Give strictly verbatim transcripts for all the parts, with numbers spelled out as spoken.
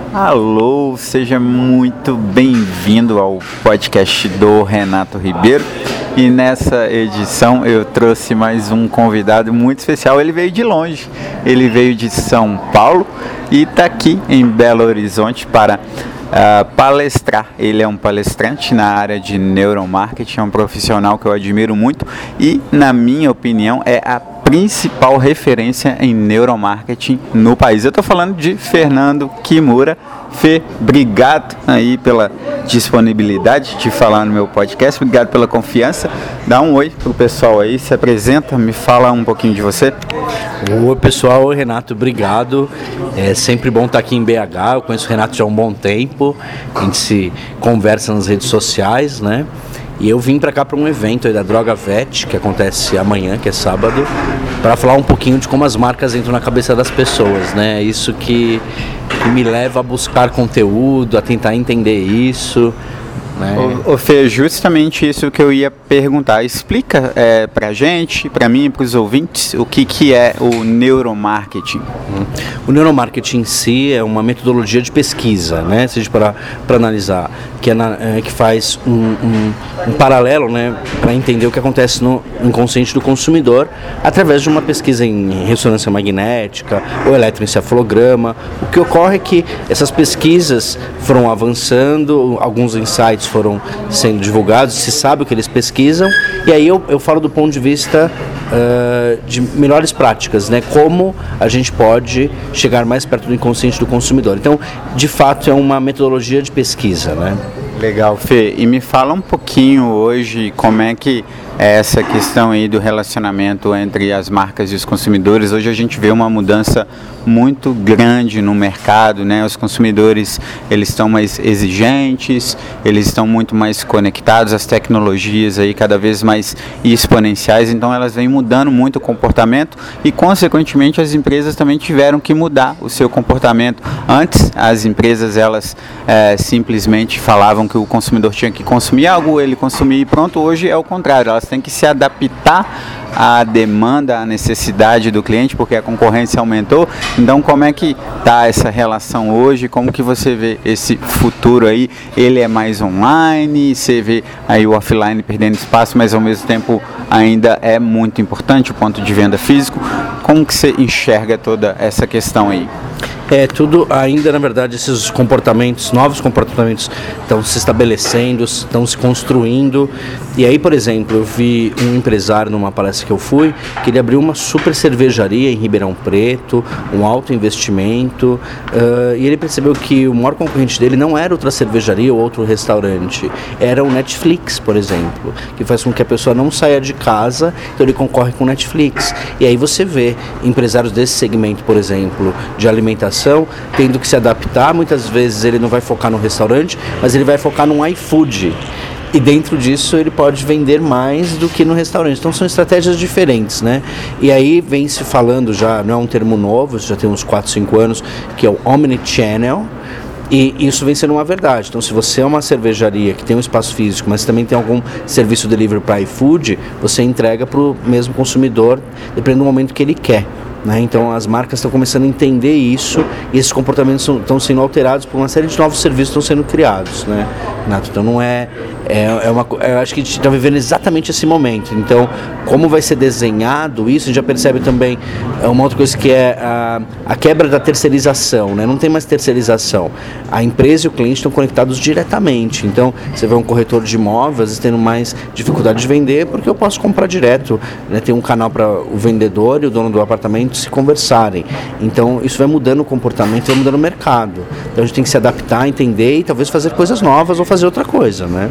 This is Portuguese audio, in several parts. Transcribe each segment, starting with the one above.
Alô, seja muito bem-vindo ao podcast do Renato Ribeiro. E nessa edição eu trouxe mais um convidado muito especial. Ele veio de longe, ele veio de São Paulo e está aqui em Belo Horizonte para uh, palestrar. Ele é um palestrante na área de neuromarketing, é um profissional que eu admiro muito e, na minha opinião, é a principal referência em neuromarketing no país. Eu estou falando de Fernando Kimura. Fê, obrigado aí pela disponibilidade de falar no meu podcast, obrigado pela confiança. Dá um oi pro pessoal aí, se apresenta, me fala um pouquinho de você. Oi pessoal, oi Renato, obrigado. É sempre bom estar aqui em B H, eu conheço o Renato já há um bom tempo, a gente se conversa nas redes sociais, né? E eu vim para cá para um evento aí da Droga Vet, que acontece amanhã, que é sábado, para falar um pouquinho de como as marcas entram na cabeça das pessoas, né? Isso que, que me leva a buscar conteúdo, a tentar entender isso, né? Ô, ô Fê, justamente isso que eu ia perguntar. Explica é, pra gente, pra mim e pros ouvintes, o que, que é o neuromarketing. O neuromarketing em si é uma metodologia de pesquisa, né? Se a gente parar para analisar, que, é na, é, que faz um, um, um paralelo, né, para entender o que acontece no inconsciente do consumidor através de uma pesquisa em ressonância magnética ou eletroencefalograma. O que ocorre é que essas pesquisas foram avançando, alguns insights foram sendo divulgados, se sabe o que eles pesquisam, e aí eu, eu falo do ponto de vista uh, de melhores práticas, né? Como a gente pode chegar mais perto do inconsciente do consumidor. Então, de fato, é uma metodologia de pesquisa, né? Legal, Fê. E me fala um pouquinho hoje como é que é essa questão aí do relacionamento entre as marcas e os consumidores. Hoje a gente vê uma mudança muito grande no mercado, né? Os consumidores, eles estão mais exigentes, eles estão muito mais conectados, as tecnologias aí cada vez mais exponenciais, então elas vêm mudando muito o comportamento e, consequentemente, as empresas também tiveram que mudar o seu comportamento. Antes, as empresas, elas é, simplesmente falavam que o consumidor tinha que consumir algo, ele consumia e pronto. Hoje é o contrário, elas têm que se adaptar à demanda, à necessidade do cliente, porque a concorrência aumentou. Então, como é que está essa relação hoje? Como que você vê esse futuro aí? Ele é mais online, você vê aí o offline perdendo espaço, mas ao mesmo tempo ainda é muito importante o ponto de venda físico. Como que você enxerga toda essa questão aí? É, tudo ainda, na verdade, esses comportamentos, novos comportamentos estão se estabelecendo, estão se construindo. E aí, por exemplo, eu vi um empresário numa palestra que eu fui, que ele abriu uma super cervejaria em Ribeirão Preto, um alto investimento, uh, e ele percebeu que o maior concorrente dele não era outra cervejaria ou outro restaurante, era o Netflix, por exemplo, que faz com que a pessoa não saia de casa, então ele concorre com o Netflix. E aí você vê empresários desse segmento, por exemplo, de alimentação, tendo que se adaptar. Muitas vezes ele não vai focar no restaurante, mas ele vai focar num iFood. E dentro disso ele pode vender mais do que no restaurante. Então são estratégias diferentes, né? E aí vem se falando já, não é um termo novo, já tem uns quatro, cinco anos, que é o Omnichannel. E isso vem sendo uma verdade. Então, se você é uma cervejaria que tem um espaço físico, mas também tem algum serviço delivery para iFood, você entrega para o mesmo consumidor, dependendo do momento que ele quer, né? Então, as marcas estão começando a entender isso e esses comportamentos são, estão sendo alterados por uma série de novos serviços que estão sendo criados, né, Renato? Então, não é... É, é uma, eu acho que a gente está vivendo exatamente esse momento. Então, como vai ser desenhado isso, a gente já percebe também uma outra coisa que é a, a quebra da terceirização, né? Não tem mais terceirização. A empresa e o cliente estão conectados diretamente. Então, você vê um corretor de imóveis tendo mais dificuldade de vender, porque eu posso comprar direto, né? Tem um canal para o vendedor e o dono do apartamento se conversarem. Então, isso vai mudando o comportamento, vai mudando o mercado. Então, a gente tem que se adaptar, entender e talvez fazer coisas novas ou fazer outra coisa, né?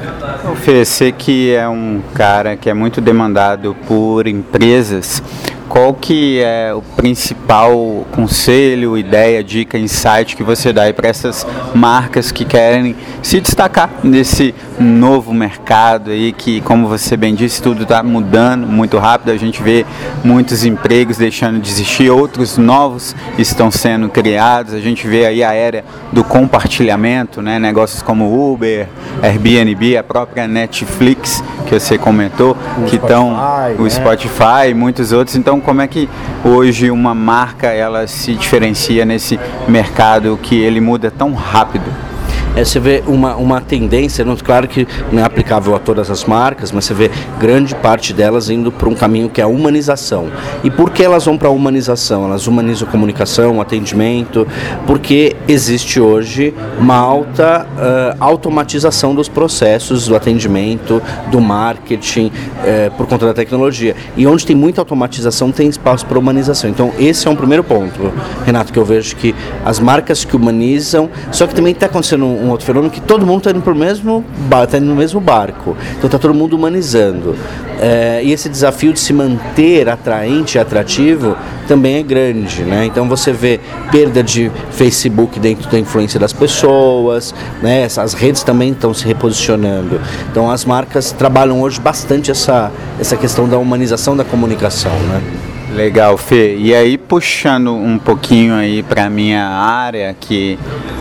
Fê, você que é um cara que é muito demandado por empresas, qual que é o principal conselho, ideia, dica, insight que você dá aí para essas marcas que querem se destacar nesse novo mercado aí que, como você bem disse, tudo está mudando muito rápido, a gente vê muitos empregos deixando de existir, outros novos estão sendo criados, a gente vê aí a era do compartilhamento, né? Negócios como Uber, Airbnb, a própria Netflix que você comentou, o que estão, o Spotify e muitos outros. Então, Então, como é que hoje uma marca ela se diferencia nesse mercado que ele muda tão rápido? É, você vê uma, uma tendência, não, claro que não é aplicável a todas as marcas, mas você vê grande parte delas indo para um caminho que é a humanização. E por que elas vão para a humanização? Elas humanizam a comunicação, o atendimento, porque existe hoje uma alta uh, automatização dos processos, do atendimento, do marketing, uh, por conta da tecnologia. E onde tem muita automatização tem espaço para humanização. Então esse é um primeiro ponto, Renato, que eu vejo que as marcas que humanizam, só que também está acontecendo um um outro fenômeno que todo mundo está indo pro mesmo está indo no mesmo barco, então está todo mundo humanizando, é, e esse desafio de se manter atraente e atrativo também é grande, né? Então você vê perda de Facebook dentro da influência das pessoas, né? As redes também estão se reposicionando, então as marcas trabalham hoje bastante essa, essa questão da humanização da comunicação, né? Legal, Fê. E aí, puxando um pouquinho aí para minha área, que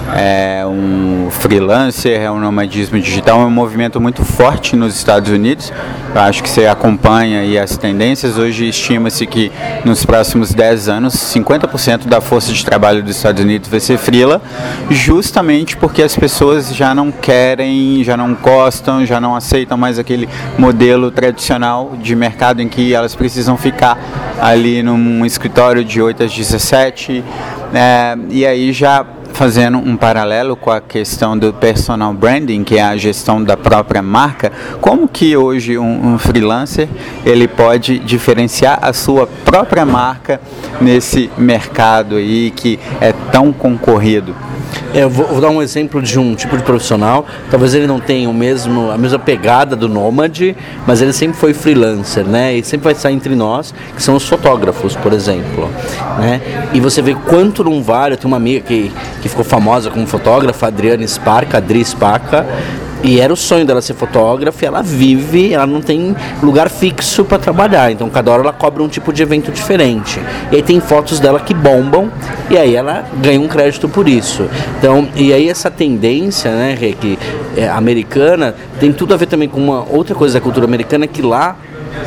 é um freelancer, é um nomadismo digital, é um movimento muito forte nos Estados Unidos. Eu acho que você acompanha aí as tendências. Hoje estima-se que nos próximos dez anos, cinquenta por cento da força de trabalho dos Estados Unidos vai ser freela, justamente porque as pessoas já não querem, já não gostam, já não aceitam mais aquele modelo tradicional de mercado em que elas precisam ficar ali num escritório de oito às dezessete, é, e aí já fazendo um paralelo com a questão do personal branding, que é a gestão da própria marca, como que hoje um, um freelancer ele pode diferenciar a sua própria marca nesse mercado aí que é tão concorrido? É, eu vou, vou dar um exemplo de um tipo de profissional, talvez ele não tenha o mesmo, a mesma pegada do nômade, mas ele sempre foi freelancer, né? E sempre vai estar entre nós, que são os fotógrafos, por exemplo, né? E você vê quanto não vale. Eu tenho uma amiga que, que ficou famosa como fotógrafa, Adriana Sparca, Adri Spaca, e era o sonho dela ser fotógrafa, e ela vive, ela não tem lugar fixo para trabalhar, então cada hora ela cobra um tipo de evento diferente. E aí tem fotos dela que bombam, e aí ela ganha um crédito por isso. Então, e aí essa tendência, né, que é americana, tem tudo a ver também com uma outra coisa da cultura americana, que lá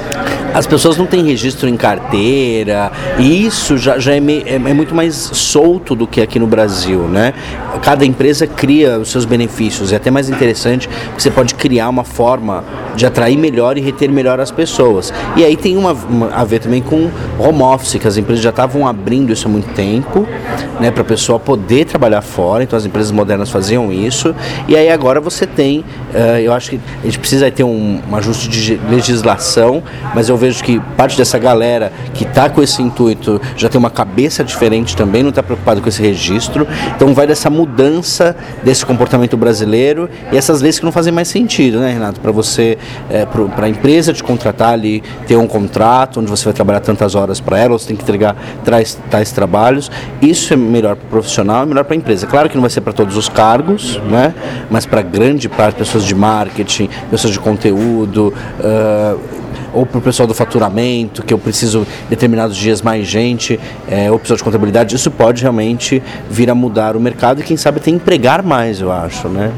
as pessoas não têm registro em carteira, e isso já, já é, me, é, é muito mais solto do que aqui no Brasil, né? Cada empresa cria os seus benefícios, é até mais interessante, porque você pode criar uma forma de atrair melhor e reter melhor as pessoas. E aí tem uma, uma a ver também com home office, que as empresas já estavam abrindo isso há muito tempo, né, para a pessoa poder trabalhar fora, então as empresas modernas faziam isso, e aí agora você tem, uh, eu acho que a gente precisa ter um, um ajuste de legislação, mas eu vejo que parte dessa galera que está com esse intuito já tem uma cabeça diferente também, não está preocupado com esse registro, então vai dessa mudança desse comportamento brasileiro e essas leis que não fazem mais sentido, né, Renato, para você, é, para a empresa te contratar ali, ter um contrato onde você vai trabalhar tantas horas para ela, você tem que entregar tais, tais trabalhos, isso é melhor para o profissional e melhor para a empresa. Claro que não vai ser para todos os cargos, né, mas para grande parte, pessoas de marketing, pessoas de conteúdo, uh, ou para o pessoal do faturamento, que eu preciso determinados dias mais gente, é, ou pessoal de contabilidade, isso pode realmente vir a mudar o mercado e quem sabe até empregar mais, eu acho, né?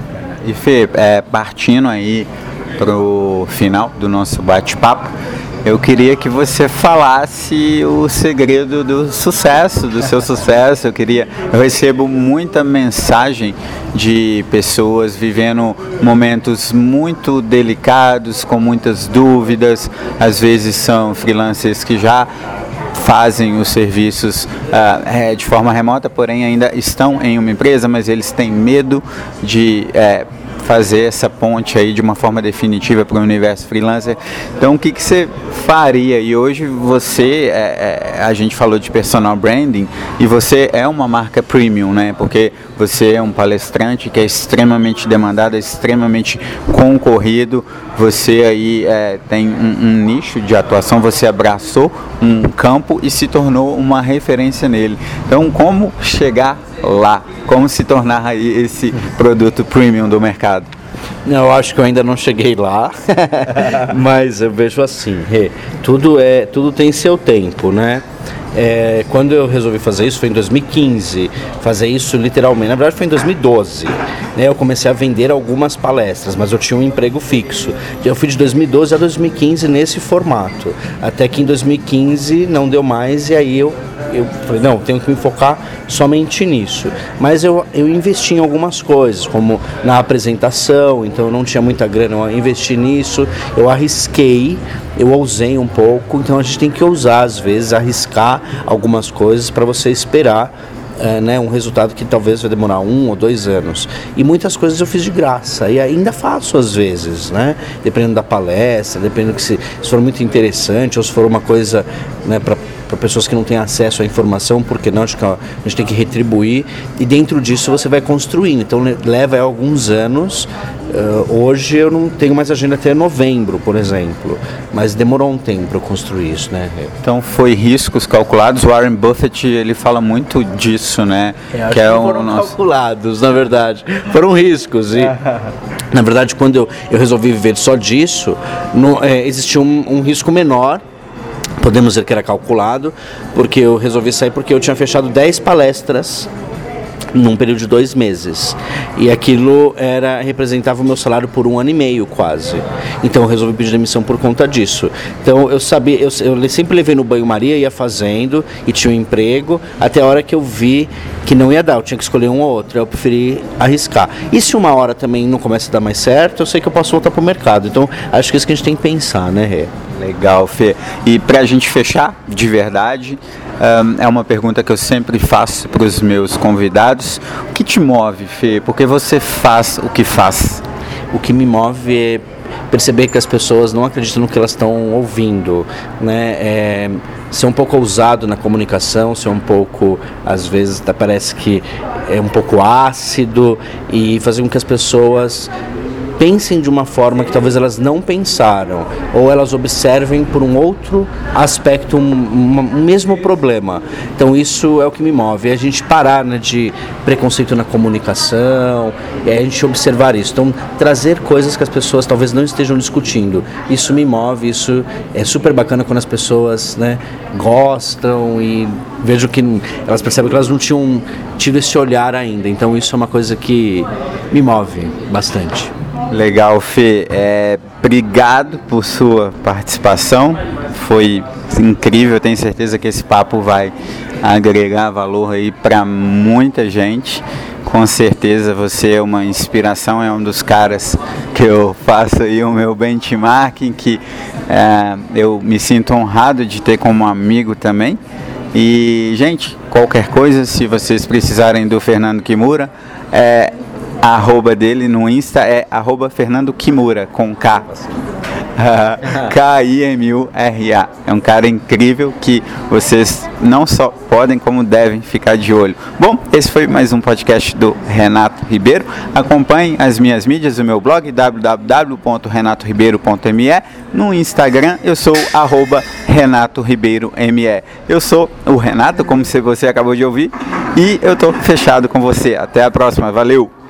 E Fê, é, partindo aí para o final do nosso bate-papo, eu queria que você falasse o segredo do sucesso, do seu sucesso. Eu queria, eu recebo muita mensagem de pessoas vivendo momentos muito delicados, com muitas dúvidas. Às vezes são freelancers que já fazem os serviços uh, é, de forma remota, porém ainda estão em uma empresa, mas eles têm medo de é, fazer essa ponte aí de uma forma definitiva para o universo freelancer. Então, o que, que você faria? E hoje você, é, é, a gente falou de personal branding, e você é uma marca premium, né? Porque você é um palestrante que é extremamente demandado, é extremamente concorrido, você aí é, tem um, um nicho de atuação, você abraçou um campo e se tornou uma referência nele. Então, como chegar lá? Como se tornar aí esse produto premium do mercado? Não, eu acho que eu ainda não cheguei lá, mas eu vejo assim, tudo, é, tudo tem seu tempo, né? É, quando eu resolvi fazer isso foi em dois mil e quinze, fazer isso literalmente, na verdade foi em dois mil e doze, né? Eu comecei a vender algumas palestras, mas eu tinha um emprego fixo. Eu fui de dois mil e doze a dois mil e quinze nesse formato, até que em dois mil e quinze não deu mais e aí eu, eu falei, não, tenho que me focar somente nisso. Mas eu, eu investi em algumas coisas, como na apresentação, então eu não tinha muita grana, eu investi nisso, eu arrisquei, eu ousei um pouco, então a gente tem que ousar às vezes, arriscar algumas coisas para você esperar é, né, um resultado que talvez vai demorar um ou dois anos. E muitas coisas eu fiz de graça e ainda faço às vezes, né? Dependendo da palestra, dependendo que se, se for muito interessante ou se for uma coisa, né, para para pessoas que não têm acesso à informação, porque não, acho que a gente tem que retribuir, e dentro disso você vai construindo, então leva alguns anos. Uh, hoje eu não tenho mais agenda até novembro, por exemplo, mas demorou um tempo para eu construir isso, né? Então foi riscos calculados. O Warren Buffett, ele fala muito disso, né? É, que é que foram nosso... calculados, na verdade, foram riscos. E na verdade, quando eu, eu resolvi viver só disso, não, é, existia um, um risco menor. Podemos dizer que era calculado, porque eu resolvi sair porque eu tinha fechado dez palestras num período de dois meses. E aquilo era, representava o meu salário por um ano e meio quase. Então eu resolvi pedir demissão por conta disso. Então eu sabia, eu, eu sempre levei no banho-maria, ia fazendo e tinha um emprego, até a hora que eu vi que não ia dar, eu tinha que escolher um ou outro, eu preferi arriscar. E se uma hora também não começa a dar mais certo, eu sei que eu posso voltar para o mercado. Então acho que é isso que a gente tem que pensar, né, Rê? Legal, Fê. E para a gente fechar, de verdade, um, é uma pergunta que eu sempre faço para os meus convidados. O que te move, Fê? Por que você faz o que faz? O que me move é perceber que as pessoas não acreditam no que elas estão ouvindo, né? É, ser um pouco ousado na comunicação, ser um pouco, às vezes, parece que é um pouco ácido, e fazer com que as pessoas pensem de uma forma que talvez elas não pensaram, ou elas observem por um outro aspecto um, um, um mesmo problema. Então isso é o que me move, é a gente parar, né, de preconceito na comunicação, é a gente observar isso, então trazer coisas que as pessoas talvez não estejam discutindo. Isso me move, isso é super bacana quando as pessoas, né, gostam, e vejo que elas percebem que elas não tinham tido esse olhar ainda, então isso é uma coisa que me move bastante. Legal, Fê. É, obrigado por sua participação. Foi incrível. Tenho certeza que esse papo vai agregar valor aí para muita gente. Com certeza você é uma inspiração, é um dos caras que eu faço aí o meu benchmarking, que é, eu me sinto honrado de ter como amigo também. E, gente, qualquer coisa, se vocês precisarem do Fernando Kimura, é... a arroba dele no Insta é arroba Fernando Kimura, com K. K I M U R A. É um cara incrível que vocês não só podem, como devem ficar de olho. Bom, esse foi mais um podcast do Renato Ribeiro. Acompanhem as minhas mídias, o meu blog w w w ponto renato ribeiro ponto m e. No Instagram eu sou arroba Renato Ribeiro M E. Eu sou o Renato, como você acabou de ouvir, e eu tô fechado com você. Até a próxima. Valeu!